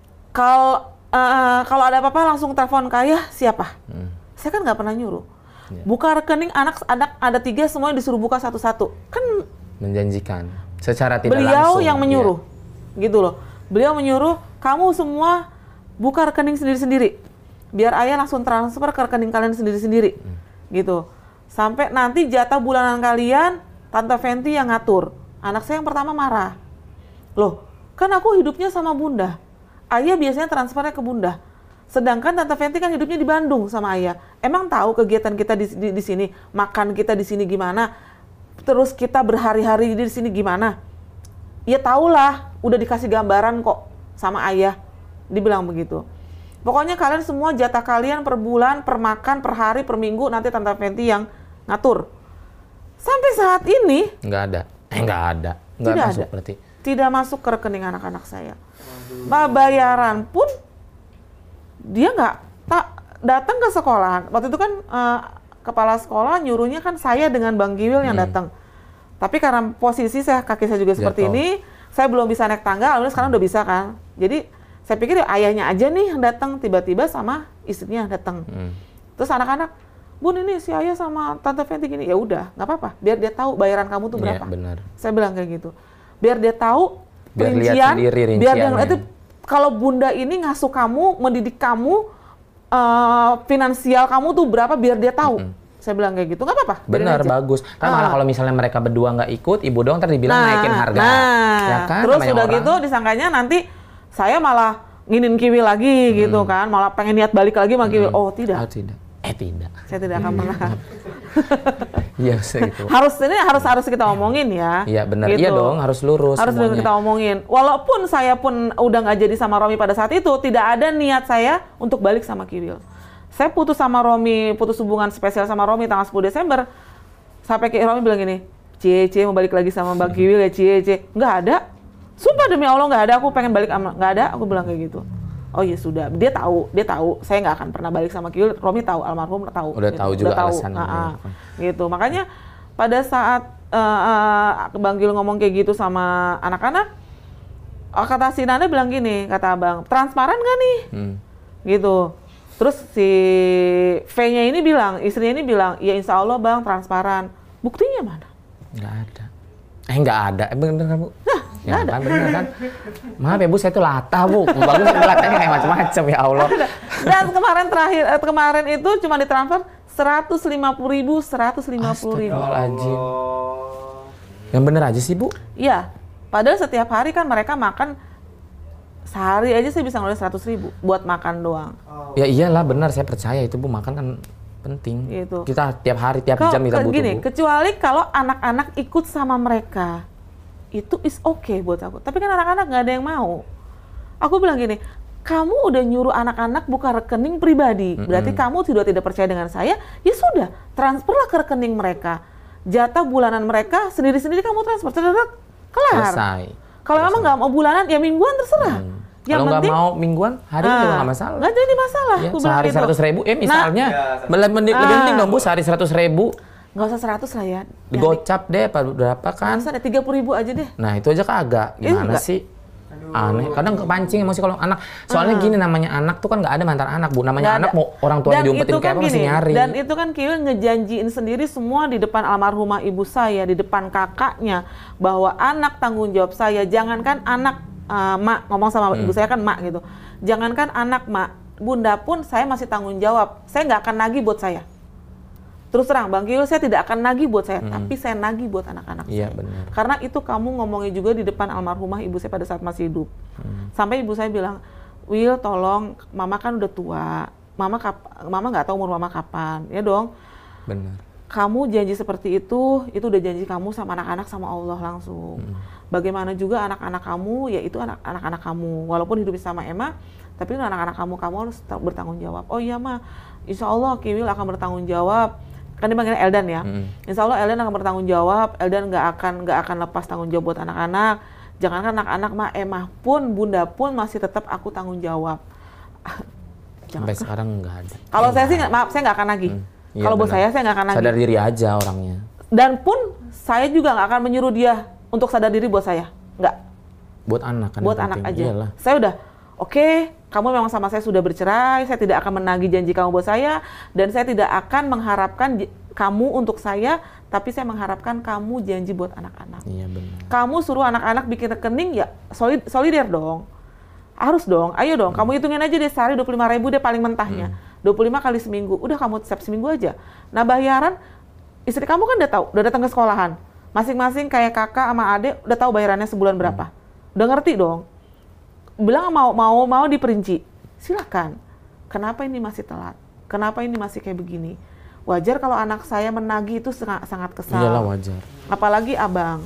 kalau uh, kalau ada apa-apa langsung telepon ke ayah siapa? Hmm. Saya kan nggak pernah nyuruh. Ya. Buka rekening anak-anak ada tiga semuanya disuruh buka satu-satu. Kan menjanjikan. Secara tidak beliau langsung. Beliau yang menyuruh, ya. Gitu loh. Beliau menyuruh kamu semua buka rekening sendiri-sendiri, biar ayah langsung transfer ke rekening kalian sendiri-sendiri, hmm. gitu. Sampai nanti jatah bulanan kalian, Tante Fenty yang ngatur. Anak saya yang pertama marah, loh, kan aku hidupnya sama Bunda, ayah biasanya transfernya ke Bunda. Sedangkan Tante Fenty kan hidupnya di Bandung sama ayah. Emang tahu kegiatan kita di, di, di sini, makan kita di sini gimana? Terus kita berhari-hari di sini gimana? Ya tahulah, udah dikasih gambaran kok sama ayah. Dibilang begitu. Pokoknya kalian semua jatah kalian per bulan, per makan, per hari, per minggu nanti Tante Fenty yang ngatur. Sampai saat ini nggak ada. Eh nggak ada. Nggak tidak masuk ada. Berarti. Tidak masuk ke rekening anak-anak saya. Bah, bayaran pun dia nggak tak datang ke sekolahan. Waktu itu kan uh, kepala sekolah nyuruhnya kan saya dengan Bang Kiwil yang datang. Hmm. Tapi karena posisi saya kaki saya juga seperti Jatuh. ini, saya belum bisa naik tangga, alhamdulillah sekarang udah bisa kan. Jadi saya pikir ya ayahnya aja nih yang datang, tiba-tiba sama istrinya datang. Hmm. Terus anak-anak, Bun ini si ayah sama Tante Fenty gini, ya udah nggak apa-apa, biar dia tahu bayaran kamu tuh berapa. Ya, benar. Saya bilang kayak gitu, biar dia tahu biar rincian, sendiri, biar dia itu kalau Bunda ini ngasuh kamu, mendidik kamu. Uh, finansial kamu tuh berapa biar dia tahu. Mm-hmm. Saya bilang kayak gitu, nggak apa-apa. Benar, bagus. Kan ah. malah kalau misalnya mereka berdua nggak ikut, ibu dong ntar dibilang nah, naikin harga. Nah, ya kan? Terus udah orang. Gitu disangkanya nanti saya malah nginin Kiwil lagi hmm. gitu kan, malah pengen niat balik lagi sama Kiwil. Hmm. Oh tidak. Oh tidak. Eh tidak. Saya tidak akan pernah. Iya gitu. Harus ini harus harus kita omongin ya. Iya benar. Gitu. Iya dong, harus lurus. Harus semuanya. Kita omongin. Walaupun saya pun udah nggak jadi sama Romi pada saat itu, tidak ada niat saya untuk balik sama Kiwil. Saya putus sama Romi, putus hubungan spesial sama Romi tanggal sepuluh Desember. Sampai ke Romi bilang gini, Cie, Cie mau balik lagi sama Bang Kiwil ya Cie, Cie. Nggak ada. Sumpah demi Allah nggak ada. Aku pengen balik sama nggak ada. Aku bilang kayak gitu. Oh ya sudah, dia tahu, dia tahu. Saya nggak akan pernah balik sama Kiwil. Romi tahu, almarhum tahu. Udah gitu. tahu juga Udah tahu. alasannya. Nah, gitu. Makanya pada saat uh, uh, Bang Kiwil ngomong kayak gitu sama anak-anak, kata si Nanda bilang gini, kata Abang, transparan nggak nih? Hmm. Gitu. Terus si V-nya ini bilang, istrinya ini bilang, ya insya Allah Bang transparan. Buktinya mana? Nggak ada. Eh nggak ada, eh bener kan Bu? Nah, ya nggak ada. Kan, bener kan? Maaf ya Bu, saya tuh latah Bu. Bagus latahnya kayak macam-macam ya Allah. Dan kemarin terakhir, eh, kemarin itu cuma ditransfer seratus lima puluh ribu, seratus lima puluh ribu. Astagfirullahaladzim. Yang bener aja sih Bu? Iya, padahal setiap hari kan mereka makan, sehari aja saya bisa ngeluarin seratus ribu buat makan doang. Ya iyalah benar, saya percaya itu Bu, makan kan penting. Gitu. Kita tiap hari, tiap Kalo, jam kita butuh gini, Bu. kecuali kalau anak-anak ikut sama mereka, itu is okay buat aku. Tapi kan anak-anak nggak ada yang mau. Aku bilang gini, kamu udah nyuruh anak-anak buka rekening pribadi, mm-hmm. berarti kamu sudah tidak percaya dengan saya, ya sudah, transferlah ke rekening mereka. Jatah bulanan mereka sendiri-sendiri kamu transfer, terus kelar. Selesai. Kalau memang nggak mau bulanan, ya mingguan terserah. Hmm. Kalau nggak mau mingguan, hari ah, juga nggak masalah. Nggak jadi masalah. Ya, sehari seratus ribu, eh misalnya, nah, lebih ah, penting dong Bu, sehari seratus ribu. Nggak usah seratus lah ya. Digocap deh, berapa kan? Nggak usah deh, tiga puluh ribu aja deh. Nah itu aja kagak, gimana eh, sih? Aneh, kadang kepancing emosi kalau anak. Soalnya uh. gini, namanya anak tuh kan nggak ada mantan anak Bu. Namanya anak mau orang tuanya diumpetin kayak apa masih nyari. Dan itu kan Kiwil ngejanjiin sendiri semua di depan almarhumah ibu saya, di depan kakaknya, bahwa anak tanggung jawab saya. Jangankan anak, uh, mak, ngomong sama hmm. ibu saya kan mak gitu. Jangankan anak mak, bunda pun saya masih tanggung jawab. Saya nggak akan nagih buat saya. Terus terang, Bang Kiwil, saya tidak akan nagih buat saya, hmm. tapi saya nagih buat anak-anak iya, saya. Bener. Karena itu kamu ngomongnya juga di depan almarhumah ibu saya pada saat masih hidup. Hmm. Sampai ibu saya bilang, Wil, tolong, mama kan udah tua, mama kap, mama nggak tahu umur mama kapan, ya dong. Benar. Kamu janji seperti itu, itu udah janji kamu sama anak-anak sama Allah langsung. Hmm. Bagaimana juga anak-anak kamu, ya itu anak-anak kamu. Walaupun hidup sama Emma, tapi itu anak-anak kamu, kamu harus bertanggung jawab. Oh iya Ma, insya Allah Kiwil akan bertanggung jawab. Kan dipanggilnya Eldan ya. Hmm. Insya Allah Eldan akan bertanggung jawab. Eldan nggak akan nggak akan lepas tanggung jawab buat anak-anak. Jangankan anak-anak, Ma, Emah pun, bunda pun masih tetap aku tanggung jawab. Sampai sekarang nggak ada. Kalau saya sih, maaf, saya nggak akan lagi. Hmm. Iya, kalau buat saya, saya nggak akan lagi. Sadar diri aja orangnya. Dan pun saya juga nggak akan menyuruh dia untuk sadar diri buat saya. Nggak. Buat anak kan. Buat anak aja. Iyalah. Saya udah, oke, okay, kamu memang sama saya sudah bercerai, saya tidak akan menagih janji kamu buat saya, dan saya tidak akan mengharapkan kamu untuk saya, tapi saya mengharapkan kamu janji buat anak-anak. Iya benar. Kamu suruh anak-anak bikin rekening, ya solid, solider dong. Harus dong, ayo dong, hmm. kamu hitungin aja deh sehari dua puluh lima ribu deh paling mentahnya. Hmm. dua puluh lima kali seminggu, udah kamu siap seminggu aja. Nah bayaran, istri kamu kan udah tahu, udah datang ke sekolahan. Masing-masing kayak kakak sama adik udah tahu bayarannya sebulan berapa. Hmm. Udah ngerti dong. Bilang mau mau mau diperinci, silakan. Kenapa ini masih telat? Kenapa ini masih kayak begini? Wajar kalau anak saya menagih itu sangat, sangat kesal. Iyalah wajar. Apalagi abang.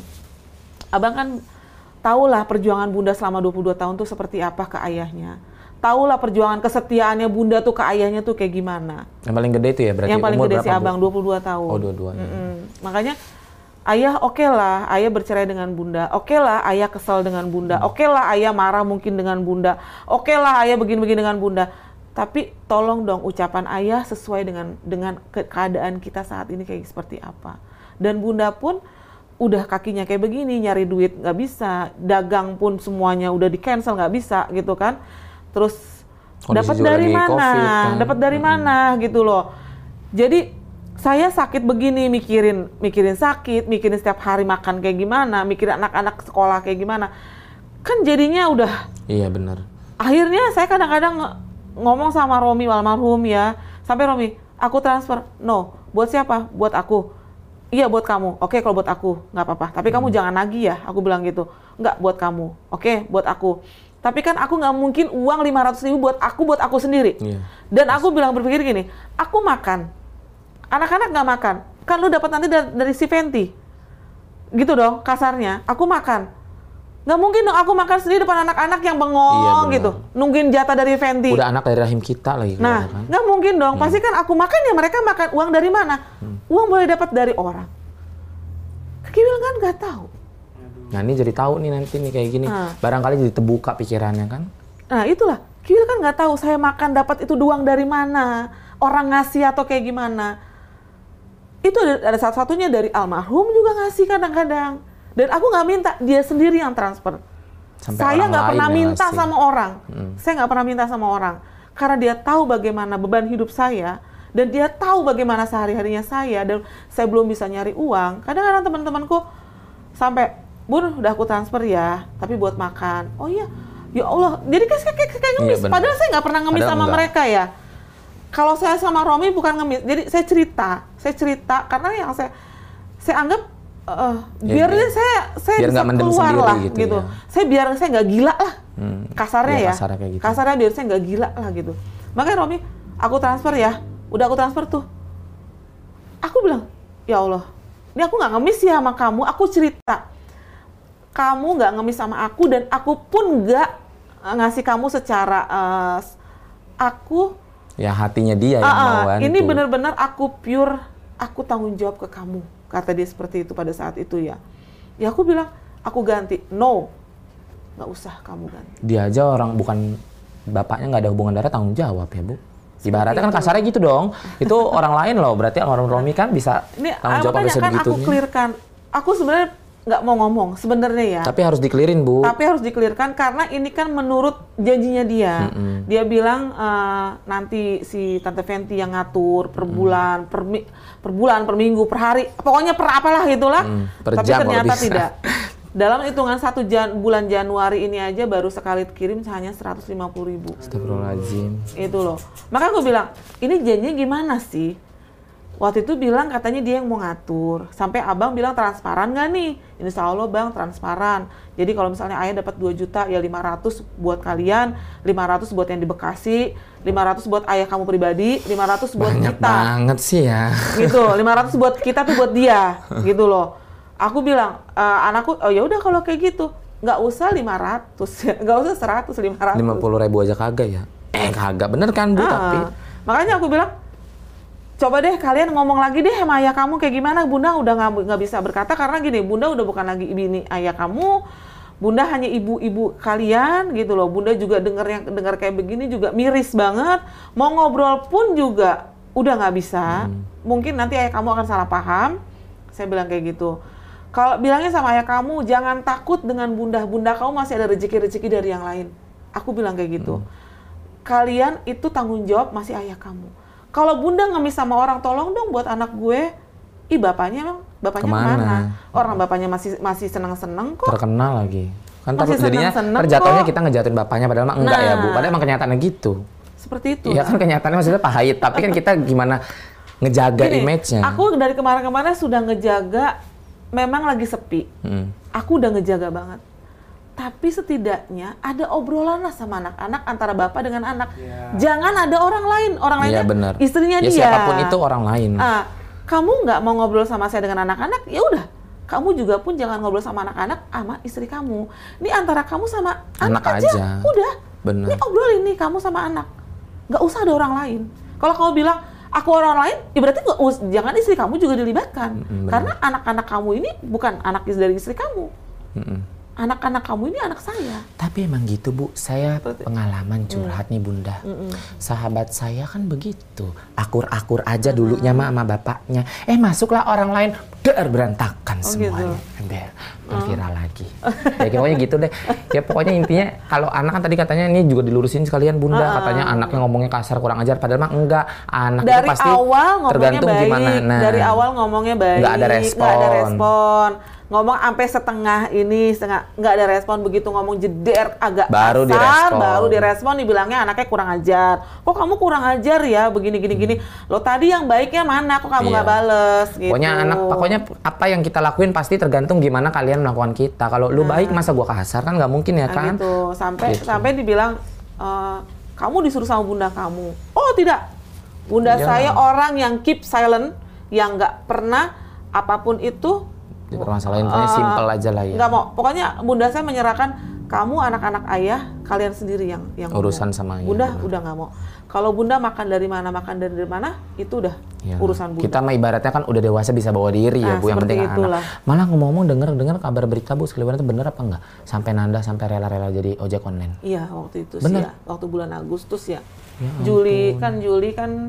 Abang kan tahulah perjuangan bunda selama dua puluh dua tahun tuh seperti apa ke ayahnya. Tahulah perjuangan kesetiaannya bunda tuh ke ayahnya tuh kayak gimana. Yang paling gede itu ya berarti Yang paling umur gede berapa, si abang, Bu? dua puluh dua tahun. Oh dua puluh dua. Mm-mm. Makanya ayah oke okay lah, ayah bercerai dengan bunda. Oke okay lah, ayah kesal dengan bunda. Hmm. Oke okay lah, ayah marah mungkin dengan bunda. Oke okay lah, ayah begini-begini dengan bunda. Tapi tolong dong ucapan ayah sesuai dengan dengan ke- keadaan kita saat ini kayak seperti apa. Dan bunda pun udah kakinya kayak begini, nyari duit nggak bisa, dagang pun semuanya udah di cancel nggak bisa gitu kan. Terus dapat dari mana? Kan? Dapat dari hmm. mana gitu loh. Jadi saya sakit begini, mikirin mikirin sakit, mikirin setiap hari makan kayak gimana, mikirin anak-anak sekolah kayak gimana. Kan jadinya udah. Iya benar. Akhirnya saya kadang-kadang ngomong sama Romi almarhum ya, sampai Romi, aku transfer. No, buat siapa? Buat aku. Iya buat kamu. Oke kalau buat aku nggak apa-apa. Tapi hmm. kamu jangan nagih ya. Aku bilang gitu. Nggak buat kamu. Oke buat aku. Tapi kan aku nggak mungkin uang lima ratus ribu buat aku buat aku sendiri. Yeah. Dan aku bilang berpikir gini, aku makan. Anak-anak nggak makan, kan lu dapat nanti dari, dari si Fenty, gitu dong kasarnya. Aku makan, nggak mungkin dong aku makan sendiri depan anak-anak yang bengong iya, gitu, nungguin jatah dari Fenty. Udah anak dari rahim kita lagi. Nah, kan? nggak mungkin dong. Hmm. Pasti kan aku makan ya mereka makan. Uang dari mana? Hmm. Uang boleh dapat dari orang. Kiwil kan nggak tahu. Nah ini jadi tahu nih nanti nih kayak gini. Nah. Barangkali jadi terbuka pikirannya kan. Nah itulah. Kiwil kan nggak tahu saya makan dapat itu uang dari mana, orang ngasih atau kayak gimana. Itu ada, ada satu-satunya dari almarhum juga ngasih kadang-kadang. Dan aku nggak minta, dia sendiri yang transfer. Sampai saya nggak pernah minta ngasih. sama orang. Hmm. Saya nggak pernah minta sama orang. Karena dia tahu bagaimana beban hidup saya. Dan dia tahu bagaimana sehari-harinya saya. Dan saya belum bisa nyari uang. Kadang-kadang teman-temanku sampai, Bun, udah aku transfer ya. Tapi buat makan. Oh iya, ya Allah. Jadi kayak, kayak, kayak ngemis. Iya, padahal saya nggak pernah ngemis Padahal sama enggak. mereka ya. Kalau saya sama Romi bukan ngemis. Jadi saya cerita. Saya cerita. Karena yang saya, saya anggap Uh, ya, biar dia, saya saya biar bisa keluar lah gitu, gitu. Ya. Saya biar saya nggak gila lah, hmm. kasarnya ya, ya. Kasarnya, kayak gitu. kasarnya biar saya nggak gila lah gitu. Makanya Romi, aku transfer ya, udah aku transfer tuh. Aku bilang, ya Allah, ini aku nggak ngemis ya sama kamu. Aku cerita, kamu nggak ngemis sama aku dan aku pun nggak ngasih kamu secara uh, aku. Ya hatinya dia yang uh, mau bantu. Ini benar-benar aku pure, aku tanggung jawab ke kamu. Kata dia seperti itu pada saat itu ya. Ya aku bilang, aku ganti. No, nggak usah kamu ganti. Dia aja orang bukan bapaknya nggak ada hubungan darah tanggung jawab ya Bu. Ibaratnya kan kasarnya gitu dong. Itu orang lain loh. Berarti orang Romi kan bisa ini, tanggung jawab sampai kan sebegitunya. Aku clearkan. Aku sebenarnya nggak mau ngomong sebenarnya ya. Tapi harus di-clearin Bu. Tapi harus di-clearkan karena ini kan menurut janjinya dia. Mm-hmm. Dia bilang uh, nanti si Tante Fenty yang ngatur per bulan, mm-hmm. per, mi- per bulan, per minggu, per hari, pokoknya per apalah gitulah. Mm, per Tapi jam ternyata tidak. Dalam hitungan satu jan- bulan Januari ini aja baru sekali kirim hanya seratus lima puluh ribu. Astagfirullahaladzim. Itu loh. Maka aku bilang, ini janjinya gimana sih? Waktu itu bilang katanya dia yang mau ngatur. Sampai abang bilang transparan nggak nih? Insya Allah bang transparan. Jadi kalau misalnya ayah dapat dua juta ya lima ratus buat kalian, lima ratus buat yang di Bekasi, lima ratus buat ayah kamu pribadi, lima ratus buat Banyak kita. banget sih ya. Gitu, lima ratus buat kita tuh buat dia. Gitu loh. Aku bilang, e, anakku, oh ya udah kalau kayak gitu. Nggak usah lima ratus, nggak usah seratus, lima ratus. lima puluh ribu aja kagak ya? Eh kagak, bener kan Bu? Ah, tapi makanya aku bilang, coba deh kalian ngomong lagi deh sama ayah kamu kayak gimana. Bunda udah nggak nggak bisa berkata karena gini, Bunda udah bukan lagi bini ayah kamu, Bunda hanya ibu-ibu kalian gitu loh. Bunda juga denger yang dengar kayak begini juga miris banget. Mau ngobrol pun juga udah nggak bisa. Hmm. Mungkin nanti ayah kamu akan salah paham. Saya bilang kayak gitu. Kalau bilangnya sama ayah kamu, jangan takut dengan Bunda. Bunda kamu masih ada rezeki-rezeki dari yang lain. Aku bilang kayak gitu. Hmm. Kalian itu tanggung jawab masih ayah kamu. Kalau Bunda ngemis sama orang, tolong dong buat anak gue. Ih bapaknya emang, bapaknya kemana? kemana? Orang bapaknya masih masih seneng-seneng kok. Terkenal lagi. Kan terus jadinya terjatuhnya kita ngejatuhin bapaknya padahal mah enggak nah, ya Bu. Padahal emang kenyataannya gitu. Seperti itu. Iya kan kenyataannya maksudnya pahit. Tapi kan kita gimana ngejaga Gini, image-nya. Aku dari kemarin-kemarin sudah ngejaga, memang lagi sepi. Hmm. Aku udah ngejaga banget. Tapi setidaknya ada obrolan lah sama anak-anak antara bapak dengan anak. Yeah. Jangan ada orang lain, orang lainnya yeah, istrinya ya, dia. Siapapun itu orang lain. Ah, kamu nggak mau ngobrol sama saya dengan anak-anak, ya udah. Kamu juga pun jangan ngobrol sama anak-anak sama istri kamu. Ini antara kamu sama anak, anak aja. aja. Udah. Bener. Ini obrolin nih kamu sama anak. Nggak usah ada orang lain. Kalau kamu bilang aku orang lain, ya berarti gak, jangan istri kamu juga dilibatkan. Mm, Karena anak-anak kamu ini bukan anak dari istri kamu. Mm-mm. Anak-anak kamu ini anak saya. Tapi emang gitu Bu, saya pengalaman curhat mm. nih Bunda. Mm-mm. Sahabat saya kan begitu, akur-akur aja dulunya mah sama bapaknya. Eh masuklah orang lain, der berantakan oh, semuanya. Gitu. Der, viral oh. lagi. Ya pokoknya gitu deh. Ya pokoknya intinya kalau anak kan tadi katanya ini juga dilurusin sekalian Bunda. Uh-uh. Katanya anaknya ngomongnya kasar kurang ajar, padahal mah enggak. Anak dari itu pasti awal tergantung baik. gimana. Nah, dari awal ngomongnya baik, nggak ada respon. Nggak ada respon. Ngomong sampai setengah ini, setengah nggak ada respon, begitu ngomong jeder agak baru kasar, direspon. baru direspon, dibilangnya anaknya kurang ajar. Kok kamu kurang ajar ya, begini gini gini. Lo tadi yang baiknya mana, kok kamu nggak iya. bales? Gitu. Pokoknya anak, pokoknya apa yang kita lakuin pasti tergantung gimana kalian melakukan kita. Kalau lu nah. baik masa gua kasar kan nggak mungkin ya kan? Nah, gitu. Sampai gitu. sampai dibilang e, kamu disuruh sama bunda kamu. Oh tidak, bunda ya. saya orang yang keep silent, yang nggak pernah apapun itu. Permasalahan pokoknya uh, simpel aja lah ya. Nggak mau, pokoknya bunda saya menyerahkan kamu anak-anak ayah kalian sendiri yang yang urusan ngomong. sama Bunda ya, udah nggak mau. Kalau Bunda makan dari mana makan dari mana itu udah ya. urusan Bunda. Kita mah ibaratnya kan udah dewasa bisa bawa diri ya nah, Bu, yang penting itulah. anak. Malah ngomong-ngomong denger-denger kabar berita Bu, sekalian itu bener apa enggak? Sampai Nanda sampai rela-rela jadi ojek online. Iya waktu itu bener? sih ya, waktu bulan Agustus ya. Ya Juli kan Juli kan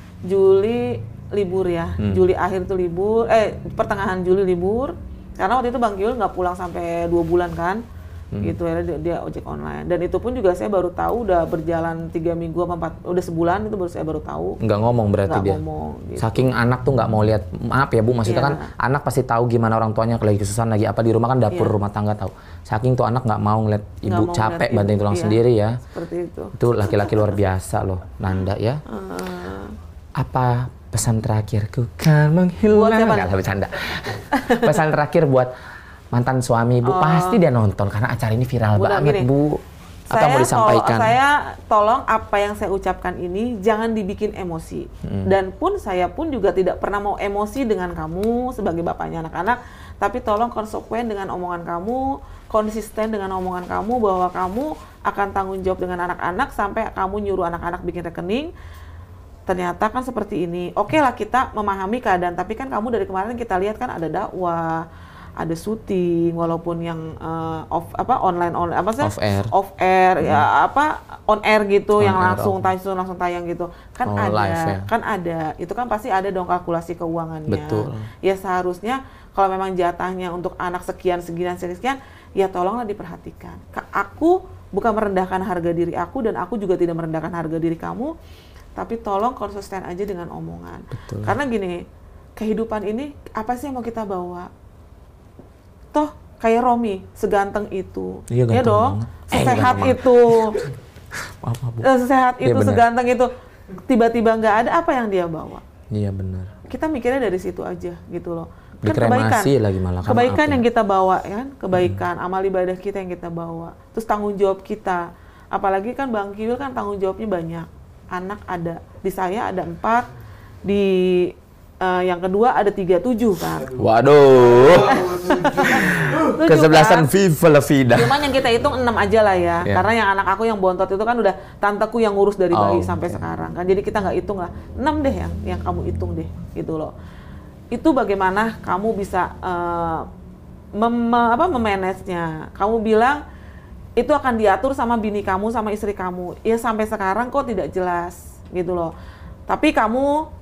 Juli libur ya. Hmm. Juli akhir itu libur, eh pertengahan Juli libur. Karena waktu itu Bang Kiul nggak pulang sampai dua bulan kan. Hmm. Gitu ya dia, dia ojek online. Dan itu pun juga saya baru tahu udah berjalan tiga minggu apa empat, udah sebulan itu baru saya baru tahu. Nggak ngomong berarti nggak dia. Ngomong, gitu. Saking anak tuh nggak mau lihat, maaf ya Bu, maksudnya yeah. kan anak pasti tahu gimana orang tuanya lagi kesusahan lagi apa di rumah kan dapur yeah. rumah tangga tahu. Saking tuh anak nggak mau ngeliat ibu mau capek ibu, banting tulang iya. sendiri ya. Seperti itu. Itu laki-laki luar biasa loh, Nanda ya. Uh. Apa pesan terakhirku kan menghilang? Nggak, bercanda. Pesan terakhir buat mantan suami Bu, oh. pasti dia nonton karena acara ini viral Bukan banget gini, Bu. Apa saya mau disampaikan? Tol- saya tolong apa yang saya ucapkan ini jangan dibikin emosi. Hmm. Dan pun saya pun juga tidak pernah mau emosi dengan kamu sebagai bapaknya anak-anak. Tapi tolong konsekuen dengan omongan kamu, konsisten dengan omongan kamu bahwa kamu akan tanggung jawab dengan anak-anak sampai kamu nyuruh anak-anak bikin rekening. Ternyata kan seperti ini. Oke lah kita memahami keadaan, tapi kan kamu dari kemarin kita lihat kan ada dakwah, ada syuting walaupun yang uh, off apa online on apa sih off air off air hmm. ya apa on air gitu on yang air, langsung oh. tayang langsung tayang gitu kan oh, ada live, ya. kan ada itu kan pasti ada dong kalkulasi keuangannya. Betul. Ya seharusnya kalau memang jatahnya untuk anak sekian sekian sekian ya tolonglah diperhatikan. Aku bukan merendahkan harga diri aku dan aku juga tidak merendahkan harga diri kamu, tapi tolong konsisten aja dengan omongan. Betul. Karena gini, kehidupan ini apa sih yang mau kita bawa? Toh kayak Romi, seganteng itu, iya, ya dong, eh, sehat itu, maaf, maaf, Bu. sehat itu, ya, seganteng itu, tiba-tiba nggak ada apa yang dia bawa. Iya benar. Kita mikirnya dari situ aja gitu loh. Kan kebaikan, lagi malah kebaikan yang kita bawa ya kan, kebaikan, hmm. amal ibadah kita yang kita bawa, terus tanggung jawab kita. Apalagi kan Bang Kiul kan tanggung jawabnya banyak. Anak ada, di saya ada empat, di Uh, yang kedua ada tiga tujuh kan. Waduh. Kesebelasan kan? Viva la vida. Cuman yang kita hitung enam aja lah ya. Yeah. Karena yang anak aku yang bontot itu kan udah tanteku yang ngurus dari bayi oh, sampai okay. sekarang kan. Jadi kita nggak hitung lah. enam deh yang yang kamu hitung deh gitu loh. Itu bagaimana kamu bisa uh, mem apa memanage-nya. Kamu bilang itu akan diatur sama bini kamu sama istri kamu. Ya sampai sekarang kok tidak jelas gitu loh. Tapi kamu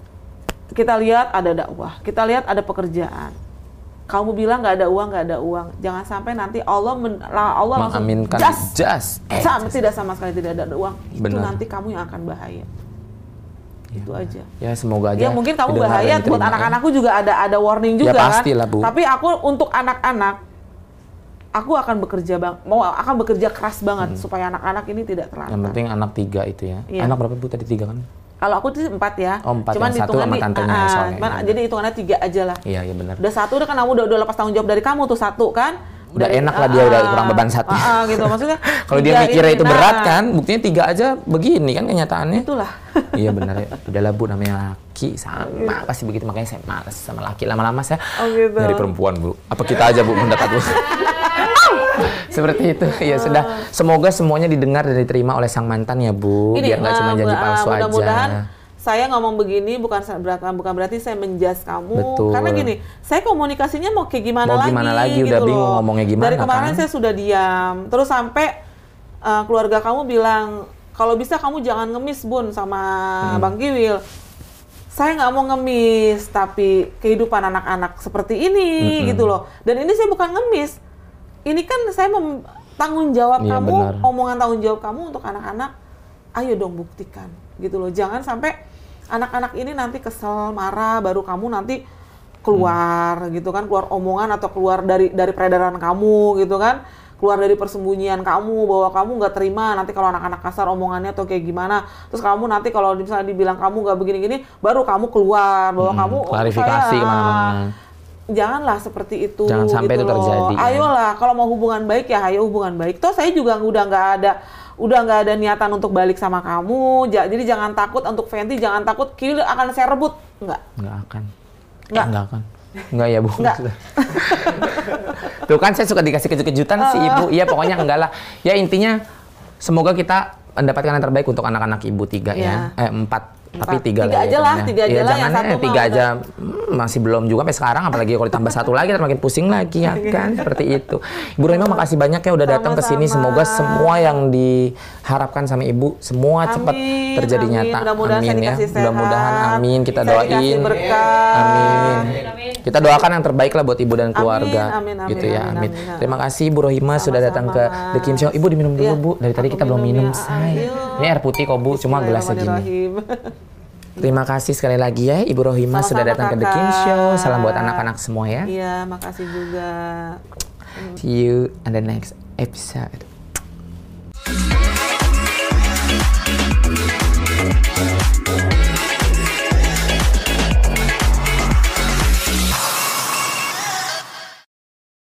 kita lihat ada dakwah, kita lihat ada pekerjaan. Kamu bilang nggak ada uang, nggak ada uang. Jangan sampai nanti Allah men, Allah langsung jas, jas. Eh, sama, tidak sama sekali tidak ada uang. Benar. Itu nanti kamu yang akan bahaya. Ya, itu aja. Ya semoga aja. Ya mungkin kamu bahaya buat anak-anakku ya. juga ada ada warning juga ya, pastilah, Bu. Kan. Tapi aku untuk anak-anak, aku akan bekerja bang, mau akan bekerja keras banget hmm. supaya anak-anak ini tidak terlantar. Yang penting anak tiga itu ya. ya. Anak berapa Bu tadi tiga kan? Kalau aku tuh empat ya, oh, empat cuman yang satu sama tantenya uh, soalnya. Cuman, ya. Jadi hitungannya tiga aja lah. Iya, iya benar. Udah satu udah kan kamu udah, udah lepas tanggung jawab dari kamu tuh satu kan. Udah dari, enak lah uh, dia udah kurang beban satu. Uh, uh, gitu maksudnya. Kalau dia mikirnya itu berat kan, buktinya tiga aja begini kan kenyataannya. Itulah. Iya benar ya. Udahlah Bu, namanya laki sama pasti begitu, makanya saya malas sama laki. Lama-lama saya oh, gitu. Nyari perempuan Bu. Apa kita aja Bu mendekat Bu? Seperti itu ya sudah. Semoga semuanya didengar dan diterima oleh sang mantan ya Bu. Ini, biar nggak uh, cuma janji palsu uh, aja. Saya ngomong begini bukan bukan berarti saya menjas kamu. Betul. Karena gini, saya komunikasinya mau kayak gimana mau lagi? Gimana lagi? Gitu udah loh. bingung ngomongnya gimana. Dari kemarin kan? saya sudah diam. Terus sampai uh, keluarga kamu bilang, kalau bisa kamu jangan ngemis Bun sama hmm. Bang Kiwil. Saya nggak mau ngemis, tapi kehidupan anak-anak seperti ini hmm. gitu loh. Dan ini saya bukan ngemis. Ini kan saya mem- tanggung jawab ya, kamu, benar. omongan tanggung jawab kamu untuk anak-anak. Ayo dong buktikan gitu loh. Jangan sampai anak-anak ini nanti kesel, marah, baru kamu nanti keluar hmm. gitu kan, keluar omongan atau keluar dari dari peredaran kamu gitu kan, keluar dari persembunyian kamu bahwa kamu nggak terima nanti kalau anak-anak kasar omongannya atau kayak gimana, terus kamu nanti kalau misalnya dibilang kamu nggak begini-gini, baru kamu keluar bahwa hmm. kamu klarifikasi oh, kemana-mana. Janganlah seperti itu. Jangan sampai gitu itu terjadi. Loh. Ayolah, kalau mau hubungan baik ya ayo hubungan baik. Toh saya juga udah nggak ada udah nggak ada niatan untuk balik sama kamu, jadi jangan takut untuk Fenty, jangan takut Kiwil akan saya rebut, nggak? Nggak akan. Nggak, nggak akan. Enggak ya, Bu. Enggak. Tuh kan saya suka dikasih kejutan si Ibu. Iya, pokoknya enggak lah. Ya intinya semoga kita mendapatkan yang terbaik untuk anak-anak Ibu tiga ya. ya. Eh empat. Empat. Tapi tiga, tiga lah aja ya, lah, ya. tiga aja ya, lah, jangan yang satu ya, tiga mah aja hmm, masih belum juga sampai sekarang, apalagi kalau ditambah satu lagi makin pusing lagi ya kan, seperti itu. Ibu Rohimah makasih banyak ya udah datang ke sini. Semoga semua yang diharapkan sama Ibu semua Amin, cepat terjadi amin. nyata. Mudah-mudahan Amin saya ya. dikasih sehat. Mudah-mudahan amin, kita Saya dikasih doain. berkah. Amin. Kita doakan yang terbaik lah buat Ibu dan keluarga. Amin, amin, gitu ya. amin, Amin. amin. Terima kasih Ibu Rohimah sudah datang ke Sama-sama, The Kim Show. Ibu diminum dulu Iya. Bu. Dari tadi Aku kita belum minum, minum ya. say. Ayo. Ini air putih kok Bu, cuma gelasnya gini. Bismillahirrahmanirrahim. Terima kasih sekali lagi ya Ibu Rohimah sudah Sama-sama, datang ke The Kim Kakak. Show. Salam buat anak-anak semua ya. Iya, makasih juga. See you in the next episode.